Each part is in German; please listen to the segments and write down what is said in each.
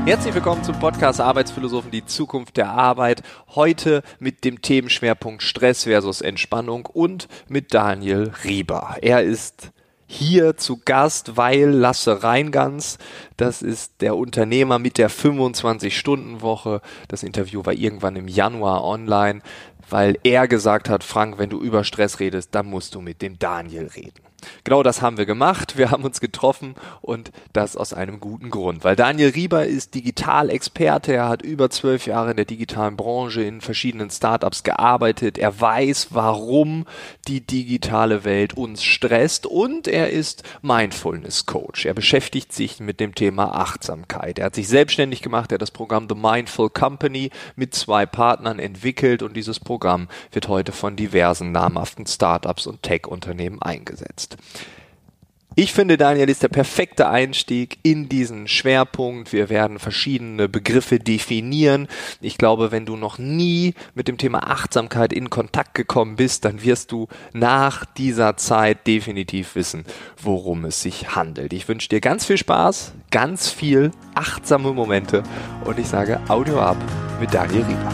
Herzlich willkommen zum Podcast Arbeitsphilosophen, die Zukunft der Arbeit. Heute mit dem Themenschwerpunkt Stress versus Entspannung und mit Daniel Rieber. Er ist hier zu Gast, weil Lasse Reingans, das ist der Unternehmer mit der 25-Stunden-Woche. Das Interview war irgendwann im Januar online, weil er gesagt hat, Frank, wenn du über Stress redest, dann musst du mit dem Daniel reden. Genau das haben wir gemacht. Wir haben uns getroffen und das aus einem guten Grund. Weil Daniel Rieber ist Digitalexperte. Er hat über 12 Jahre in der digitalen Branche in verschiedenen Startups gearbeitet. Er weiß, warum die digitale Welt uns stresst und er ist Mindfulness Coach. Er beschäftigt sich mit dem Thema Achtsamkeit. Er hat sich selbstständig gemacht. Er hat das Programm The Mindful Company mit 2 Partnern entwickelt und dieses Programm wird heute von diversen namhaften Startups und Tech-Unternehmen eingesetzt. Ich finde, Daniel ist der perfekte Einstieg in diesen Schwerpunkt. Wir werden verschiedene Begriffe definieren. Ich glaube, wenn du noch nie mit dem Thema Achtsamkeit in Kontakt gekommen bist, dann wirst du nach dieser Zeit definitiv wissen, worum es sich handelt. Ich wünsche dir ganz viel Spaß, ganz viel achtsame Momente und ich sage Audio ab mit Daniel Rieber.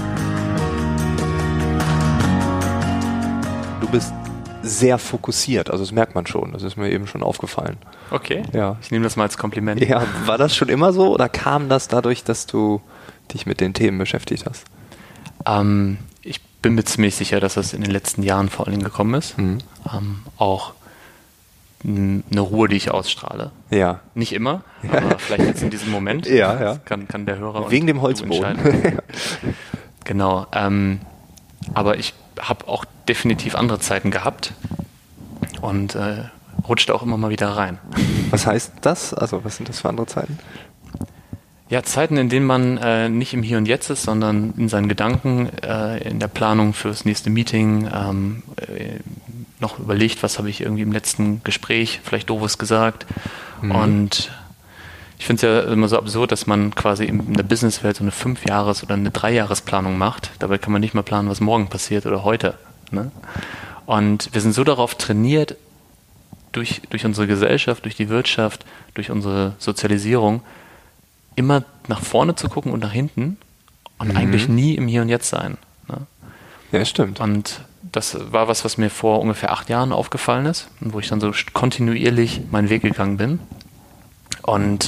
Du bist sehr fokussiert, also das merkt man schon, das ist mir eben schon aufgefallen. Okay, ja. Ich nehme das mal als Kompliment. Ja, war das schon immer so oder kam das dadurch, dass du dich mit den Themen beschäftigt hast? Ich bin mir ziemlich sicher, dass das in den letzten Jahren vor allem gekommen ist. Auch eine Ruhe, die ich ausstrahle. Ja. Nicht immer, aber vielleicht jetzt in diesem Moment. Ja. Das kann der Hörer wegen und dem Holzboden. Genau, aber ich habe auch definitiv andere Zeiten gehabt und rutschte auch immer mal wieder rein. Was heißt das? Also was sind das für andere Zeiten? Ja, Zeiten, in denen man nicht im Hier und Jetzt ist, sondern in seinen Gedanken, in der Planung fürs nächste Meeting, noch überlegt, was habe ich irgendwie im letzten Gespräch vielleicht Doofes gesagt. Und ich finde es ja immer so absurd, dass man quasi in der Businesswelt so eine 5-Jahres- oder eine 3-Jahres-Planung macht. Dabei kann man nicht mal planen, was morgen passiert oder heute. Ne? Und wir sind so darauf trainiert, durch unsere Gesellschaft, durch die Wirtschaft, durch unsere Sozialisierung, immer nach vorne zu gucken und nach hinten und eigentlich nie im Hier und Jetzt sein. Ne? Ja, stimmt. Und das war was mir vor ungefähr 8 Jahren aufgefallen ist und wo ich dann so kontinuierlich meinen Weg gegangen bin. Und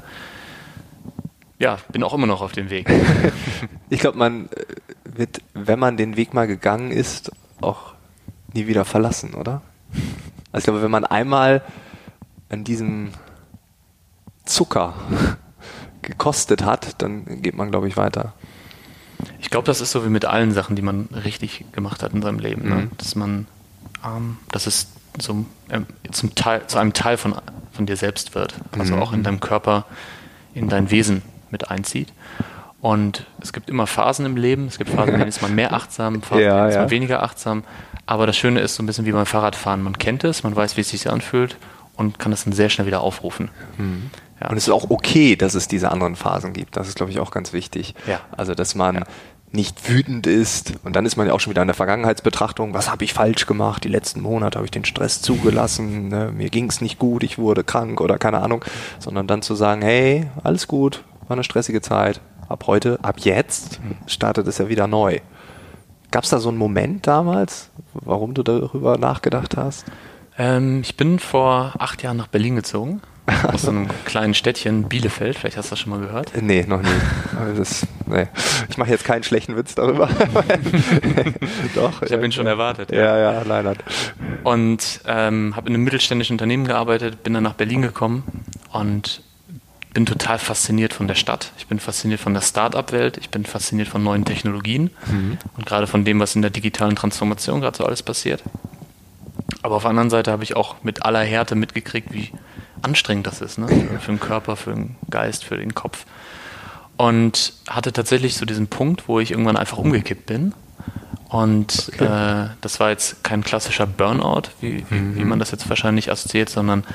bin auch immer noch auf dem Weg. Ich glaube, man wird, wenn man den Weg mal gegangen ist, auch nie wieder verlassen, oder? Also ich glaube, wenn man einmal an diesem Zucker gekostet hat, dann geht man, glaube ich, weiter. Ich glaube, das ist so wie mit allen Sachen, die man richtig gemacht hat in seinem Leben. Ne? Dass es zu einem Teil von dir selbst wird. Also auch in deinem Körper, in dein Wesen mit einzieht. Und es gibt immer Phasen im Leben. Es gibt Phasen, in denen ist man mehr achtsam, Phasen, in denen ist man weniger achtsam. Aber das Schöne ist so ein bisschen wie beim Fahrradfahren. Man kennt es, man weiß, wie es sich anfühlt und kann das dann sehr schnell wieder aufrufen. Ja. Und es ist auch okay, dass es diese anderen Phasen gibt. Das ist, glaube ich, auch ganz wichtig. Ja. Also, dass man nicht wütend ist und dann ist man ja auch schon wieder in der Vergangenheitsbetrachtung. Was habe ich falsch gemacht? Die letzten Monate habe ich den Stress zugelassen. Ne? Mir ging es nicht gut, ich wurde krank oder keine Ahnung. Sondern dann zu sagen, hey, alles gut, war eine stressige Zeit. Ab jetzt startet es ja wieder neu. Gab es da so einen Moment damals, warum du darüber nachgedacht hast? Ich bin vor 8 Jahren nach Berlin gezogen. Aus so einem kleinen Städtchen, Bielefeld, vielleicht hast du das schon mal gehört? Nee, noch nie. Ich mache jetzt keinen schlechten Witz darüber. Doch. Ich habe ihn schon erwartet. Ja, leider. Und habe in einem mittelständischen Unternehmen gearbeitet, bin dann nach Berlin gekommen und bin total fasziniert von der Stadt. Ich bin fasziniert von der Start-up-Welt, ich bin fasziniert von neuen Technologien und gerade von dem, was in der digitalen Transformation gerade so alles passiert. Aber auf der anderen Seite habe ich auch mit aller Härte mitgekriegt, wie anstrengend das ist, ne? Für den Körper, für den Geist, für den Kopf. Und hatte tatsächlich so diesen Punkt, wo ich irgendwann einfach umgekippt bin. Und das war jetzt kein klassischer Burnout, wie man das jetzt wahrscheinlich assoziiert, sondern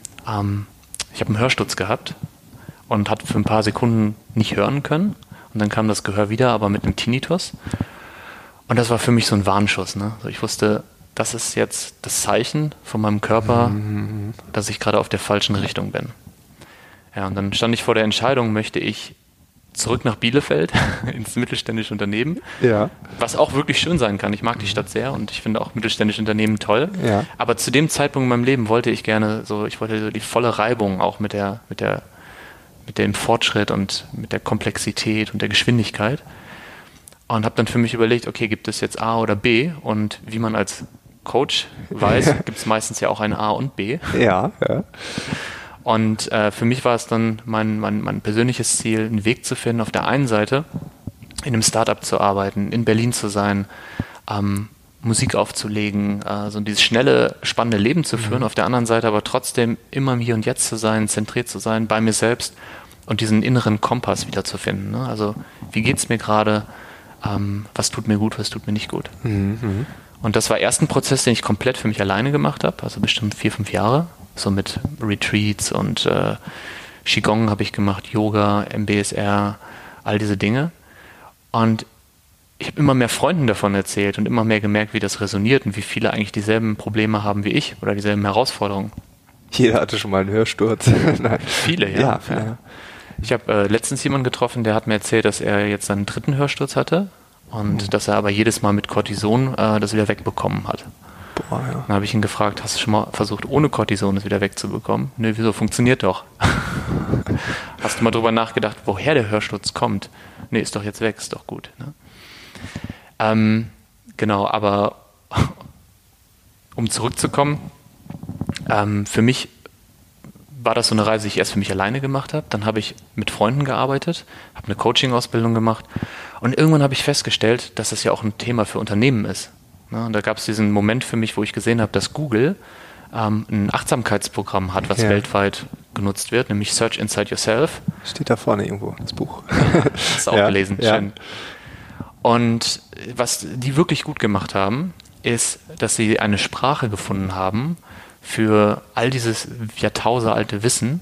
ich habe einen Hörsturz gehabt und hatte für ein paar Sekunden nicht hören können. Und dann kam das Gehör wieder, aber mit einem Tinnitus. Und das war für mich so ein Warnschuss. Ne? Also ich wusste, das ist jetzt das Zeichen von meinem Körper, dass ich gerade auf der falschen Richtung bin. Ja, und dann stand ich vor der Entscheidung, möchte ich zurück nach Bielefeld ins mittelständische Unternehmen, was auch wirklich schön sein kann. Ich mag die Stadt sehr und ich finde auch mittelständische Unternehmen toll. Ja. Aber zu dem Zeitpunkt in meinem Leben wollte ich gerne so die volle Reibung auch mit dem Fortschritt und mit der Komplexität und der Geschwindigkeit. Und habe dann für mich überlegt, okay, gibt es jetzt A oder B? Und wie man als Coach weiß, gibt es meistens ja auch ein A und B. Ja. Und für mich war es dann mein persönliches Ziel, einen Weg zu finden, auf der einen Seite in einem Startup zu arbeiten, in Berlin zu sein, Musik aufzulegen, so dieses schnelle, spannende Leben zu führen, auf der anderen Seite aber trotzdem immer im Hier und Jetzt zu sein, zentriert zu sein, bei mir selbst und diesen inneren Kompass wiederzufinden. Ne? Also wie geht es mir gerade, was tut mir gut, was tut mir nicht gut. Und das war erst ein Prozess, den ich komplett für mich alleine gemacht habe, also bestimmt 4-5 Jahre, so mit Retreats und Qigong habe ich gemacht, Yoga, MBSR, all diese Dinge. Und ich habe immer mehr Freunden davon erzählt und immer mehr gemerkt, wie das resoniert und wie viele eigentlich dieselben Probleme haben wie ich oder dieselben Herausforderungen. Jeder hatte schon mal einen Hörsturz. Nein. Viele, ja. Ja. Ich habe letztens jemanden getroffen, der hat mir erzählt, dass er jetzt seinen 3. Hörsturz hatte und dass er aber jedes Mal mit Cortison das wieder wegbekommen hat. Boah, ja. Dann habe ich ihn gefragt, hast du schon mal versucht, ohne Cortison das wieder wegzubekommen? Nö, wieso? Funktioniert doch. Hast du mal drüber nachgedacht, woher der Hörsturz kommt? Nee, ist doch jetzt weg, ist doch gut. Ne? Genau, aber um zurückzukommen, für mich war das so eine Reise, die ich erst für mich alleine gemacht habe. Dann habe ich mit Freunden gearbeitet, habe eine Coaching-Ausbildung gemacht und irgendwann habe ich festgestellt, dass das ja auch ein Thema für Unternehmen ist. Und da gab es diesen Moment für mich, wo ich gesehen habe, dass Google ein Achtsamkeitsprogramm hat, was weltweit genutzt wird, nämlich Search Inside Yourself. Steht da vorne irgendwo, das Buch. Hast du auch gelesen, schön. Und was die wirklich gut gemacht haben, ist, dass sie eine Sprache gefunden haben für all dieses jahrtausendealte Wissen,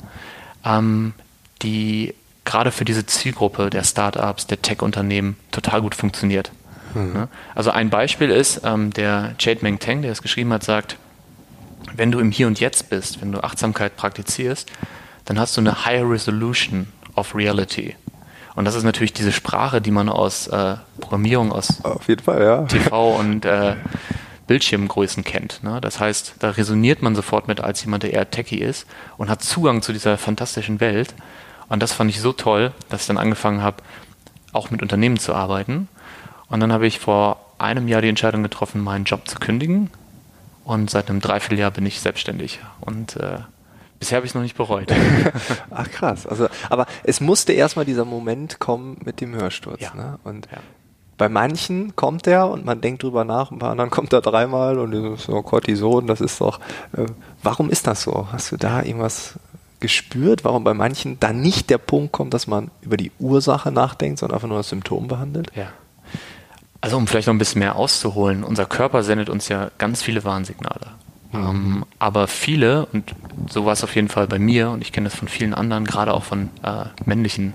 die gerade für diese Zielgruppe der Startups, der Tech-Unternehmen total gut funktioniert. Also ein Beispiel ist, der Chade-Meng Tan, der es geschrieben hat, sagt, wenn du im Hier und Jetzt bist, wenn du Achtsamkeit praktizierst, dann hast du eine Higher Resolution of Reality. Und das ist natürlich diese Sprache, die man aus Programmierung, aus auf jeden Fall, ja. TV und Bildschirmgrößen kennt. Ne? Das heißt, da resoniert man sofort mit als jemand, der eher techie ist und hat Zugang zu dieser fantastischen Welt. Und das fand ich so toll, dass ich dann angefangen habe, auch mit Unternehmen zu arbeiten. Und dann habe ich vor einem Jahr die Entscheidung getroffen, meinen Job zu kündigen. Und seit einem Dreivierteljahr bin ich selbstständig. Und bisher habe ich es noch nicht bereut. Ach krass. Also, aber es musste erstmal dieser Moment kommen mit dem Hörsturz. Ja. Ne? Und bei manchen kommt der und man denkt drüber nach, und bei anderen kommt er 3-mal und das ist so Cortison, das ist doch. Warum ist das so? Hast du da irgendwas gespürt, warum bei manchen dann nicht der Punkt kommt, dass man über die Ursache nachdenkt, sondern einfach nur das Symptom behandelt? Ja. Also um vielleicht noch ein bisschen mehr auszuholen, unser Körper sendet uns ja ganz viele Warnsignale. Aber viele, und so war es auf jeden Fall bei mir, und ich kenne das von vielen anderen, gerade auch von männlichen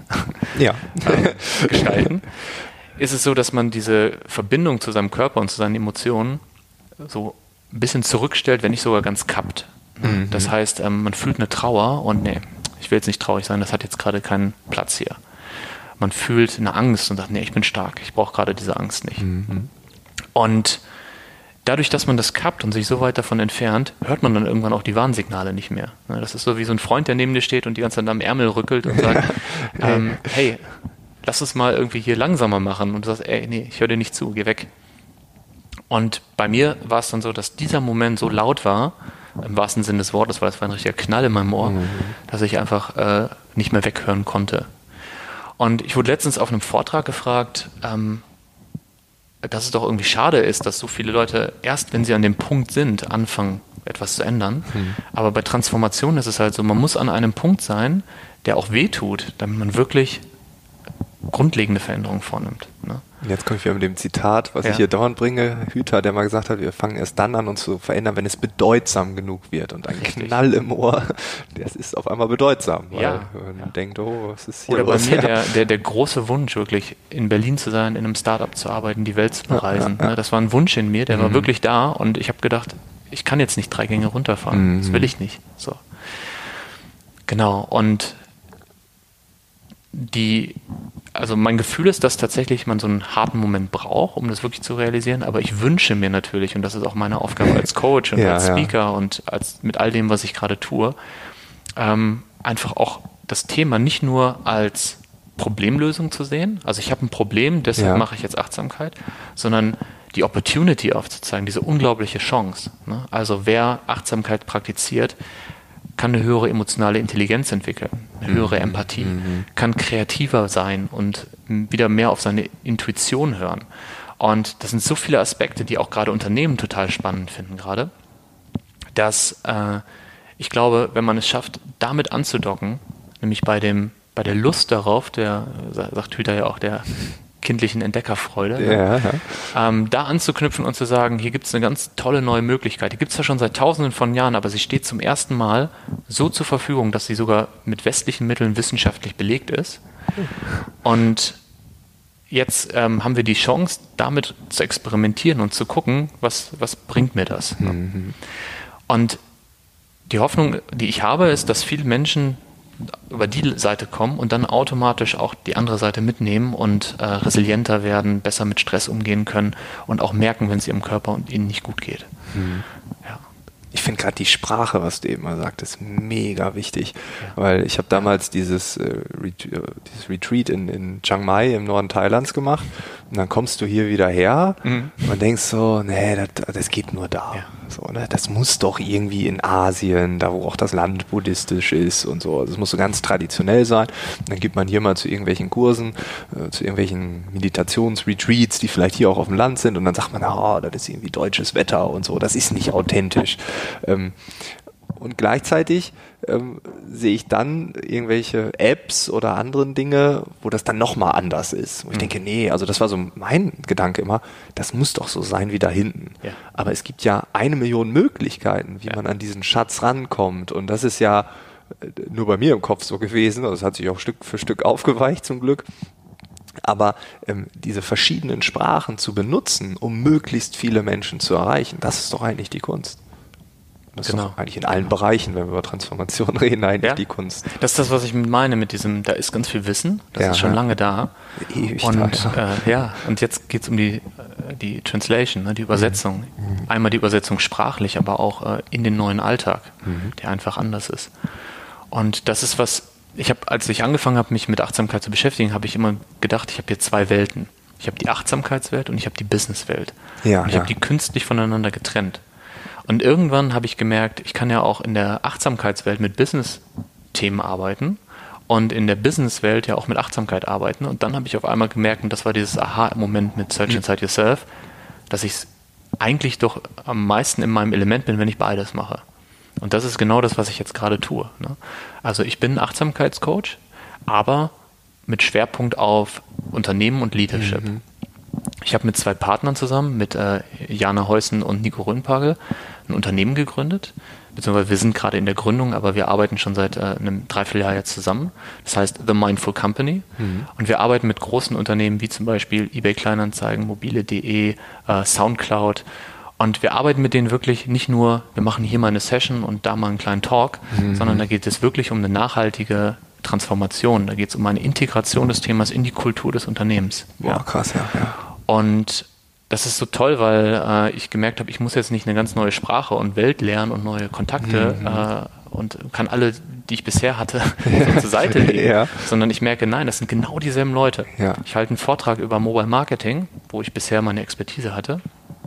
Gestalten, ist es so, dass man diese Verbindung zu seinem Körper und zu seinen Emotionen so ein bisschen zurückstellt, wenn nicht sogar ganz kappt. Das heißt, man fühlt eine Trauer und ich will jetzt nicht traurig sein, das hat jetzt gerade keinen Platz hier. Man fühlt eine Angst und sagt, ich bin stark, ich brauche gerade diese Angst nicht. Und dadurch, dass man das kappt und sich so weit davon entfernt, hört man dann irgendwann auch die Warnsignale nicht mehr. Das ist so wie so ein Freund, der neben dir steht und die ganze Zeit am Ärmel rückelt und sagt, hey, lass es mal irgendwie hier langsamer machen. Und du sagst, ich höre dir nicht zu, geh weg. Und bei mir war es dann so, dass dieser Moment so laut war, im wahrsten Sinne des Wortes, weil das war ein richtiger Knall in meinem Ohr, dass ich einfach nicht mehr weghören konnte. Und ich wurde letztens auf einem Vortrag gefragt, dass es doch irgendwie schade ist, dass so viele Leute erst, wenn sie an dem Punkt sind, anfangen, etwas zu ändern. Aber bei Transformation ist es halt so, man muss an einem Punkt sein, der auch wehtut, damit man wirklich grundlegende Veränderungen vornimmt. Ne? Jetzt komme ich wieder mit dem Zitat, was ich hier dauernd bringe. Hüter, der mal gesagt hat, wir fangen erst dann an, uns zu verändern, wenn es bedeutsam genug wird. Und ein Knall im Ohr, das ist auf einmal bedeutsam. Weil man denkt, was ist hier Oder los? bei mir der große Wunsch, wirklich in Berlin zu sein, in einem Startup zu arbeiten, die Welt zu bereisen. Ne? Das war ein Wunsch in mir, der war wirklich da. Und ich habe gedacht, ich kann jetzt nicht 3 Gänge runterfahren. Das will ich nicht. So. Genau. Und also mein Gefühl ist, dass tatsächlich man so einen harten Moment braucht, um das wirklich zu realisieren, aber ich wünsche mir natürlich, und das ist auch meine Aufgabe als Coach und als Speaker und mit all dem, was ich gerade tue, einfach auch das Thema nicht nur als Problemlösung zu sehen, also ich habe ein Problem, deshalb mache ich jetzt Achtsamkeit, sondern die Opportunity aufzuzeigen, diese unglaubliche Chance. Ne? Also wer Achtsamkeit praktiziert, kann eine höhere emotionale Intelligenz entwickeln, eine höhere Empathie, kann kreativer sein und wieder mehr auf seine Intuition hören. Und das sind so viele Aspekte, die auch gerade Unternehmen total spannend finden gerade, dass ich glaube, wenn man es schafft, damit anzudocken, nämlich bei der Lust darauf, der sagt Hüter ja auch, der kindlichen Entdeckerfreude, da anzuknüpfen und zu sagen, hier gibt es eine ganz tolle neue Möglichkeit. Die gibt es ja schon seit Tausenden von Jahren, aber sie steht zum ersten Mal so zur Verfügung, dass sie sogar mit westlichen Mitteln wissenschaftlich belegt ist. Und jetzt haben wir die Chance, damit zu experimentieren und zu gucken, was bringt mir das. Und die Hoffnung, die ich habe, ist, dass viele Menschen über die Seite kommen und dann automatisch auch die andere Seite mitnehmen und resilienter werden, besser mit Stress umgehen können und auch merken, wenn es ihrem Körper und ihnen nicht gut geht. Ja. Ich finde gerade die Sprache, was du eben mal sagtest, mega wichtig, weil ich habe damals dieses Retreat in Chiang Mai im Norden Thailands gemacht und dann kommst du hier wieder her und denkst so, nee, das geht nur da. Ja. So, ne? Das muss doch irgendwie in Asien, da wo auch das Land buddhistisch ist und so. Das muss so ganz traditionell sein. Und dann geht man hier mal zu irgendwelchen Kursen, zu irgendwelchen Meditationsretreats, die vielleicht hier auch auf dem Land sind und dann sagt man, das ist irgendwie deutsches Wetter und so. Das ist nicht authentisch. Und gleichzeitig sehe ich dann irgendwelche Apps oder anderen Dinge, wo das dann nochmal anders ist. Wo ich denke, nee, also das war so mein Gedanke immer, das muss doch so sein wie da hinten. Ja. Aber es gibt ja 1 Million Möglichkeiten, wie man an diesen Schatz rankommt. Und das ist ja nur bei mir im Kopf so gewesen. Also es hat sich auch Stück für Stück aufgeweicht zum Glück. Aber diese verschiedenen Sprachen zu benutzen, um möglichst viele Menschen zu erreichen, das ist doch eigentlich die Kunst. Das ist doch eigentlich in allen Bereichen, wenn wir über Transformation reden, eigentlich die Kunst. Das ist das, was ich meine mit diesem, da ist ganz viel Wissen, das ist schon lange da. Ewig und da, und jetzt geht es um die Translation, ne, die Übersetzung. Einmal die Übersetzung sprachlich, aber auch in den neuen Alltag, der einfach anders ist. Und das ist was, als ich angefangen habe, mich mit Achtsamkeit zu beschäftigen, habe ich immer gedacht, ich habe hier 2 Welten. Ich habe die Achtsamkeitswelt und ich habe die Businesswelt. Und ich habe die künstlich voneinander getrennt. Und irgendwann habe ich gemerkt, ich kann ja auch in der Achtsamkeitswelt mit Business-Themen arbeiten und in der Businesswelt ja auch mit Achtsamkeit arbeiten. Und dann habe ich auf einmal gemerkt, und das war dieses Aha-Moment mit Search Inside Yourself, dass ich eigentlich doch am meisten in meinem Element bin, wenn ich beides mache. Und das ist genau das, was ich jetzt gerade tue. Ne? Also ich bin Achtsamkeitscoach, aber mit Schwerpunkt auf Unternehmen und Leadership. Ich habe mit 2 Partnern zusammen, mit Jana Heusen und Nico Röhnpagel, ein Unternehmen gegründet, beziehungsweise wir sind gerade in der Gründung, aber wir arbeiten schon seit einem Dreivierteljahr jetzt zusammen. Das heißt The Mindful Company. Und wir arbeiten mit großen Unternehmen wie zum Beispiel eBay Kleinanzeigen, mobile.de, Soundcloud. Und wir arbeiten mit denen wirklich nicht nur, wir machen hier mal eine Session und da mal einen kleinen Talk, sondern da geht es wirklich um eine nachhaltige Transformation. Da geht es um eine Integration des Themas in die Kultur des Unternehmens. Wow, krass, ja. Und das ist so toll, weil ich gemerkt habe, ich muss jetzt nicht eine ganz neue Sprache und Welt lernen und neue Kontakte und kann alle, die ich bisher hatte, so zur Seite legen, sondern ich merke, nein, das sind genau dieselben Leute. Ja. Ich halte einen Vortrag über Mobile Marketing, wo ich bisher meine Expertise hatte,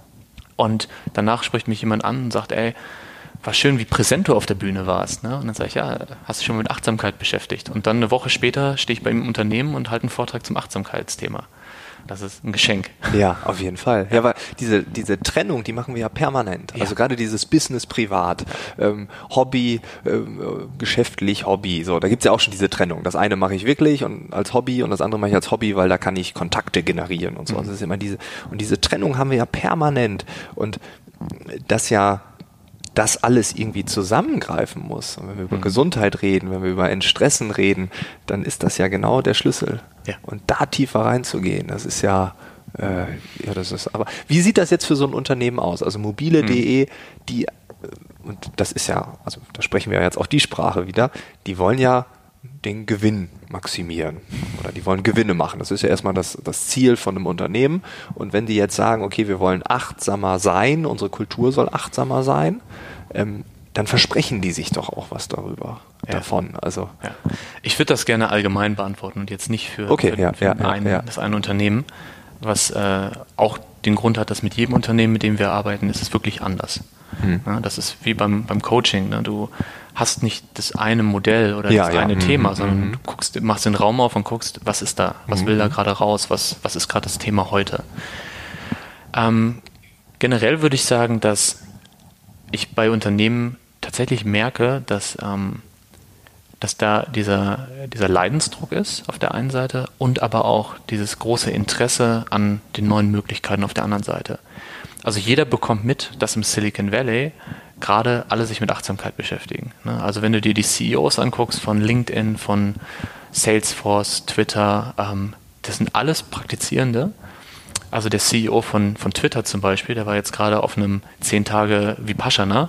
und danach spricht mich jemand an und sagt, ey, war schön, wie präsent du auf der Bühne warst. Ne? Und dann sage ich, ja, hast du schon mit Achtsamkeit beschäftigt? Und dann eine Woche später stehe ich bei ihm im Unternehmen und halte einen Vortrag zum Achtsamkeitsthema. Das ist ein Geschenk. Ja, auf jeden Fall. Ja, weil diese Trennung, die machen wir ja permanent. Also gerade dieses Business-Privat, Hobby, geschäftlich, Hobby. So, da gibt's ja auch schon diese Trennung. Das eine mache ich wirklich und als Hobby und das andere mache ich als Hobby, weil da kann ich Kontakte generieren und so. Also das ist immer diese Trennung haben wir ja permanent. Und das alles irgendwie zusammengreifen muss. Und wenn wir über Gesundheit reden, wenn wir über Entstressen reden, dann ist das ja genau der Schlüssel. Ja. Und da tiefer reinzugehen, das ist aber wie sieht das jetzt für so ein Unternehmen aus? Also mobile.de, und das ist ja, also da sprechen wir ja jetzt auch die Sprache wieder, die wollen ja den Gewinn maximieren oder die wollen Gewinne machen. Das ist ja erstmal das Ziel von einem Unternehmen. Und wenn die jetzt sagen, okay, wir wollen achtsamer sein, unsere Kultur soll achtsamer sein, dann versprechen die sich doch auch was davon. Also ich würde das gerne allgemein beantworten und jetzt nicht für das eine Unternehmen, was auch den Grund hat, dass mit jedem Unternehmen, mit dem wir arbeiten, ist es wirklich anders. Ja, das ist wie beim Coaching. Ne? Du hast nicht das eine Modell oder das eine Thema, sondern du machst den Raum auf und guckst, was ist da, was will da gerade raus, was ist gerade das Thema heute. Generell würde ich sagen, dass ich bei Unternehmen tatsächlich merke, dass da dieser Leidensdruck ist auf der einen Seite und aber auch dieses große Interesse an den neuen Möglichkeiten auf der anderen Seite. Also jeder bekommt mit, dass im Silicon Valley gerade alle sich mit Achtsamkeit beschäftigen. Ne? Also wenn du dir die CEOs anguckst von LinkedIn, von Salesforce, Twitter, das sind alles Praktizierende. Also der CEO von Twitter zum Beispiel, der war jetzt gerade auf einem 10 Tage Vipassana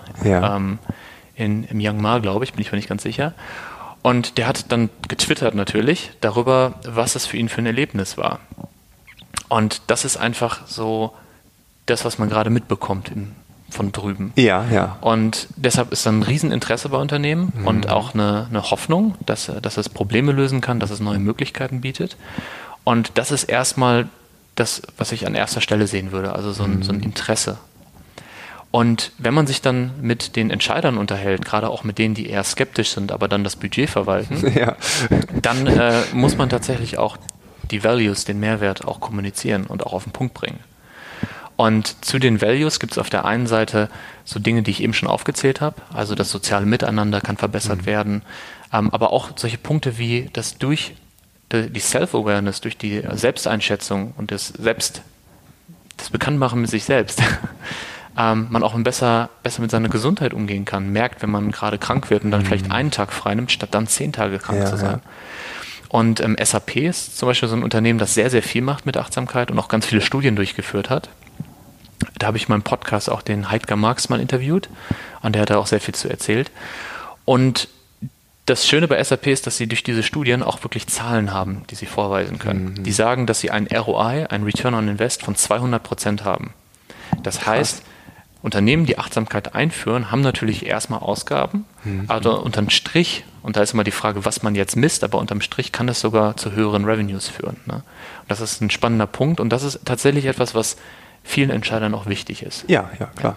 im Myanmar, glaube ich, bin ich mir nicht ganz sicher. Und der hat dann getwittert natürlich darüber, was es für ihn für ein Erlebnis war. Und das ist einfach so das, was man gerade mitbekommt von drüben. Ja. Und deshalb ist dann ein Rieseninteresse bei Unternehmen und auch eine Hoffnung, dass es Probleme lösen kann, dass es neue Möglichkeiten bietet. Und das ist erstmal das, was ich an erster Stelle sehen würde, also so ein Interesse. Und wenn man sich dann mit den Entscheidern unterhält, gerade auch mit denen, die eher skeptisch sind, aber dann das Budget verwalten, dann muss man tatsächlich auch die Values, den Mehrwert auch kommunizieren und auch auf den Punkt bringen. Und zu den Values gibt es auf der einen Seite so Dinge, die ich eben schon aufgezählt habe, also das soziale Miteinander kann verbessert werden, aber auch solche Punkte wie, dass durch die Self-Awareness, durch die Selbsteinschätzung und das Bekanntmachen mit sich selbst, man auch besser mit seiner Gesundheit umgehen kann, merkt, wenn man gerade krank wird und dann vielleicht einen Tag frei nimmt, statt dann 10 Tage krank zu sein. Und SAP ist zum Beispiel so ein Unternehmen, das sehr, sehr viel macht mit Achtsamkeit und auch ganz viele Studien durchgeführt hat. Da habe ich in meinem Podcast auch den Heidgar Marx mal interviewt und der hat da auch sehr viel zu erzählt. Und das Schöne bei SAP ist, dass sie durch diese Studien auch wirklich Zahlen haben, die sie vorweisen können. Die sagen, dass sie ein ROI, ein Return on Invest von 200% haben. Das heißt, Unternehmen, die Achtsamkeit einführen, haben natürlich erstmal Ausgaben, aber unterm Strich, und da ist immer die Frage, was man jetzt misst, aber unterm Strich kann das sogar zu höheren Revenues führen. Ne? Und das ist ein spannender Punkt und das ist tatsächlich etwas, was vielen Entscheidern auch wichtig ist. Ja, klar.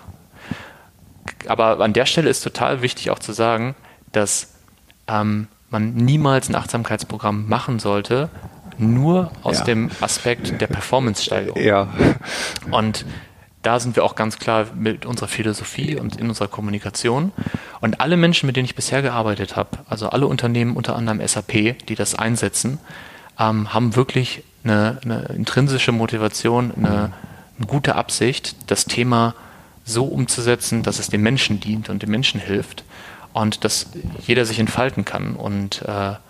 Aber an der Stelle ist total wichtig auch zu sagen, dass man niemals ein Achtsamkeitsprogramm machen sollte, nur aus dem Aspekt der Performance-Steigerung. Ja. Und da sind wir auch ganz klar mit unserer Philosophie und in unserer Kommunikation. Und alle Menschen, mit denen ich bisher gearbeitet habe, also alle Unternehmen, unter anderem SAP, die das einsetzen, haben wirklich eine intrinsische Motivation, eine gute Absicht, das Thema so umzusetzen, dass es dem Menschen dient und dem Menschen hilft und dass jeder sich entfalten kann und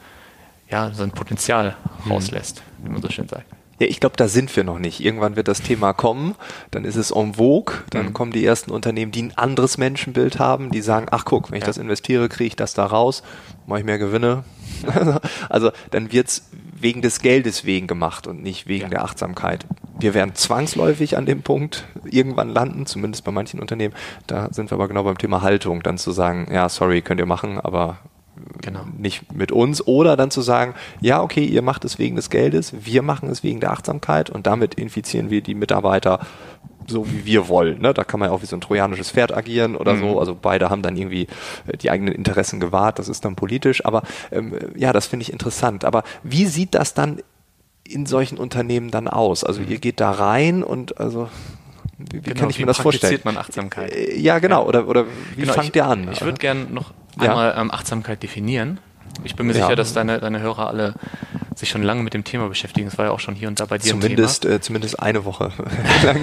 sein Potenzial rauslässt, wie man so schön sagt. Ja, ich glaube, da sind wir noch nicht. Irgendwann wird das Thema kommen, dann ist es en vogue, dann kommen die ersten Unternehmen, die ein anderes Menschenbild haben, die sagen, ach guck, wenn ich das investiere, kriege ich das da raus, mache ich mehr Gewinne. Also dann wird's wegen des Geldes wegen gemacht und nicht wegen der Achtsamkeit. Wir werden zwangsläufig an dem Punkt irgendwann landen, zumindest bei manchen Unternehmen. Da sind wir aber genau beim Thema Haltung, dann zu sagen, ja, sorry, könnt ihr machen, aber nicht mit uns, oder dann zu sagen, ja, okay, ihr macht es wegen des Geldes, wir machen es wegen der Achtsamkeit und damit infizieren wir die Mitarbeiter so, wie wir wollen. Ne? Da kann man ja auch wie so ein trojanisches Pferd agieren oder so, also beide haben dann irgendwie die eigenen Interessen gewahrt, das ist dann politisch, aber das finde ich interessant. Aber wie sieht das dann in solchen Unternehmen dann aus? Also ihr geht da rein und also wie kann ich mir das vorstellen? Wie praktiziert man Achtsamkeit? Ja, genau. Oder wie fangt ihr an? Ich würde gerne noch einmal Achtsamkeit definieren. Ich bin mir sicher, dass deine Hörer alle sich schon lange mit dem Thema beschäftigen. Das war ja auch schon hier und da bei dir zumindest eine Woche lang.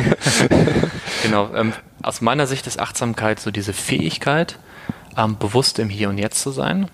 Genau. Aus meiner Sicht ist Achtsamkeit so diese Fähigkeit, bewusst im Hier und Jetzt zu sein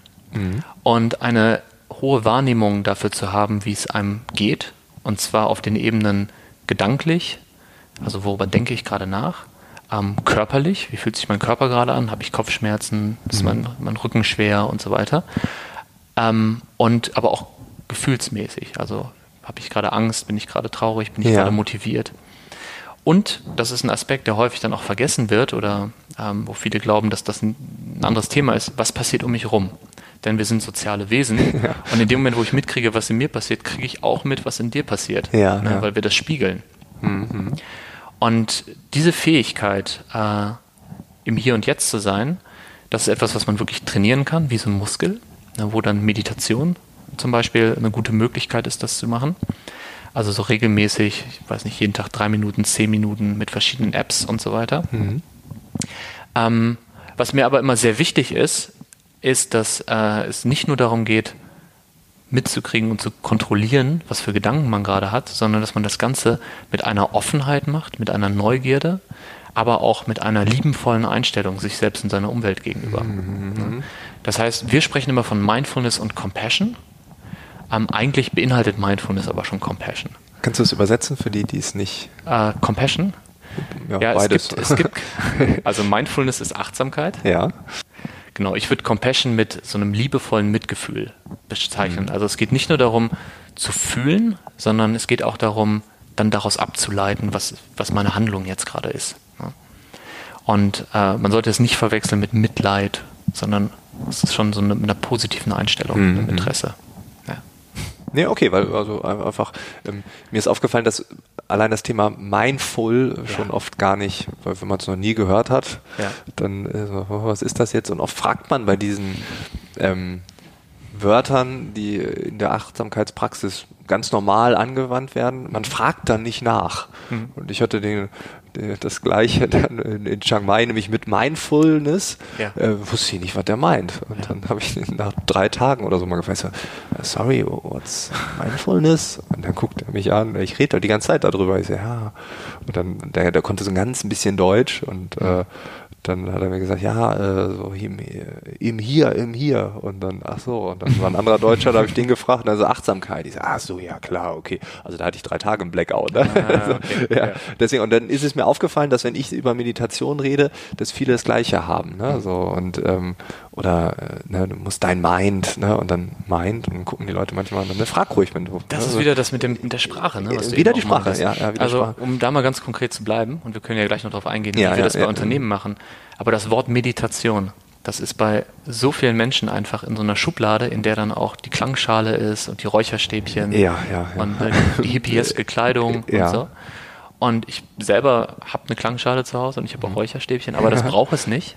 und eine hohe Wahrnehmung dafür zu haben, wie es einem geht. Und zwar auf den Ebenen gedanklich, also worüber denke ich gerade nach, körperlich, wie fühlt sich mein Körper gerade an, habe ich Kopfschmerzen, ist mein Rücken schwer und so weiter. und aber auch gefühlsmäßig. Also habe ich gerade Angst, bin ich gerade traurig, bin ich gerade motiviert. Und das ist ein Aspekt, der häufig dann auch vergessen wird oder wo viele glauben, dass das ein anderes Thema ist. Was passiert um mich rum? Denn wir sind soziale Wesen und in dem Moment, wo ich mitkriege, was in mir passiert, kriege ich auch mit, was in dir passiert, weil wir das spiegeln. Mhm. Und diese Fähigkeit, im Hier und Jetzt zu sein, das ist etwas, was man wirklich trainieren kann, wie so ein Muskel, wo dann Meditation zum Beispiel eine gute Möglichkeit ist, das zu machen. Also so regelmäßig, ich weiß nicht, jeden Tag 3 Minuten, 10 Minuten mit verschiedenen Apps und so weiter. Mhm. Was mir aber immer sehr wichtig ist, dass es nicht nur darum geht, mitzukriegen und zu kontrollieren, was für Gedanken man gerade hat, sondern dass man das Ganze mit einer Offenheit macht, mit einer Neugierde, aber auch mit einer liebenvollen Einstellung sich selbst und seiner Umwelt gegenüber. Mhm. Das heißt, wir sprechen immer von Mindfulness und Compassion. Eigentlich beinhaltet Mindfulness aber schon Compassion. Kannst du es übersetzen für die es nicht? Compassion? Ja, beides. Es gibt also Mindfulness ist Achtsamkeit. Ja. Genau, ich würde Compassion mit so einem liebevollen Mitgefühl bezeichnen. Also es geht nicht nur darum zu fühlen, sondern es geht auch darum, dann daraus abzuleiten, was meine Handlung jetzt gerade ist. Und man sollte es nicht verwechseln mit Mitleid, sondern es ist schon so mit einer positiven Einstellung, einem Interesse. Nee, okay, weil also einfach mir ist aufgefallen, dass allein das Thema Mindful schon oft gar nicht, weil wenn man es noch nie gehört hat, dann was ist das jetzt? Und oft fragt man bei diesen Wörtern, die in der Achtsamkeitspraxis ganz normal angewandt werden, man fragt dann nicht nach. Und ich hatte das Gleiche dann in Chiang Mai, nämlich mit Mindfulness, wusste ich nicht, was der meint. Und dann habe ich nach 3 Tagen oder so mal gefragt, sorry, what's Mindfulness? Und dann guckt er mich an, ich rede halt die ganze Zeit darüber. Ich so, ja. Und dann, der konnte so ein ganz bisschen Deutsch und dann hat er mir gesagt, so im Hier. Und dann, und dann war ein anderer Deutscher, da habe ich den gefragt, also Achtsamkeit. Ich so, ja klar, okay. Also da hatte ich 3 Tage im Blackout. Ne? Okay, Deswegen, und dann ist es mir aufgefallen, dass wenn ich über Meditation rede, dass viele das Gleiche haben. Ne? So, und du musst dein Mind, ne? Und dann Mind, und dann gucken die Leute manchmal, dann frag ruhig, wenn du. Das ist wieder das mit der Sprache, ne? Wieder die Sprache, Also, um da mal ganz konkret zu bleiben, und wir können ja gleich noch darauf eingehen, wie wir das bei Unternehmen machen. Aber das Wort Meditation, das ist bei so vielen Menschen einfach in so einer Schublade, in der dann auch die Klangschale ist und die Räucherstäbchen und die hippieske Kleidung und so. Und ich selber habe eine Klangschale zu Hause und ich habe auch Räucherstäbchen, aber das braucht es nicht,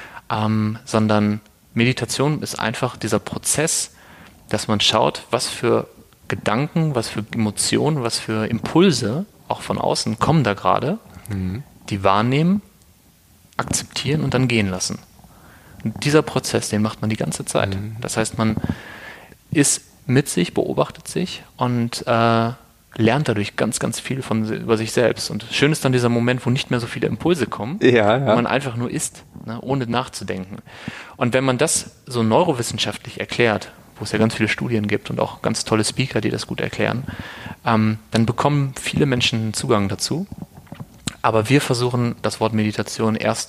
sondern Meditation ist einfach dieser Prozess, dass man schaut, was für Gedanken, was für Emotionen, was für Impulse auch von außen kommen da gerade, die wahrnehmen, akzeptieren und dann gehen lassen. Und dieser Prozess, den macht man die ganze Zeit. Das heißt, man ist mit sich, beobachtet sich und lernt dadurch ganz, ganz viel über sich selbst. Und schön ist dann dieser Moment, wo nicht mehr so viele Impulse kommen, wo man einfach nur ist, ne, ohne nachzudenken. Und wenn man das so neurowissenschaftlich erklärt, wo es ja ganz viele Studien gibt und auch ganz tolle Speaker, die das gut erklären, dann bekommen viele Menschen Zugang dazu. Aber wir versuchen, das Wort Meditation erst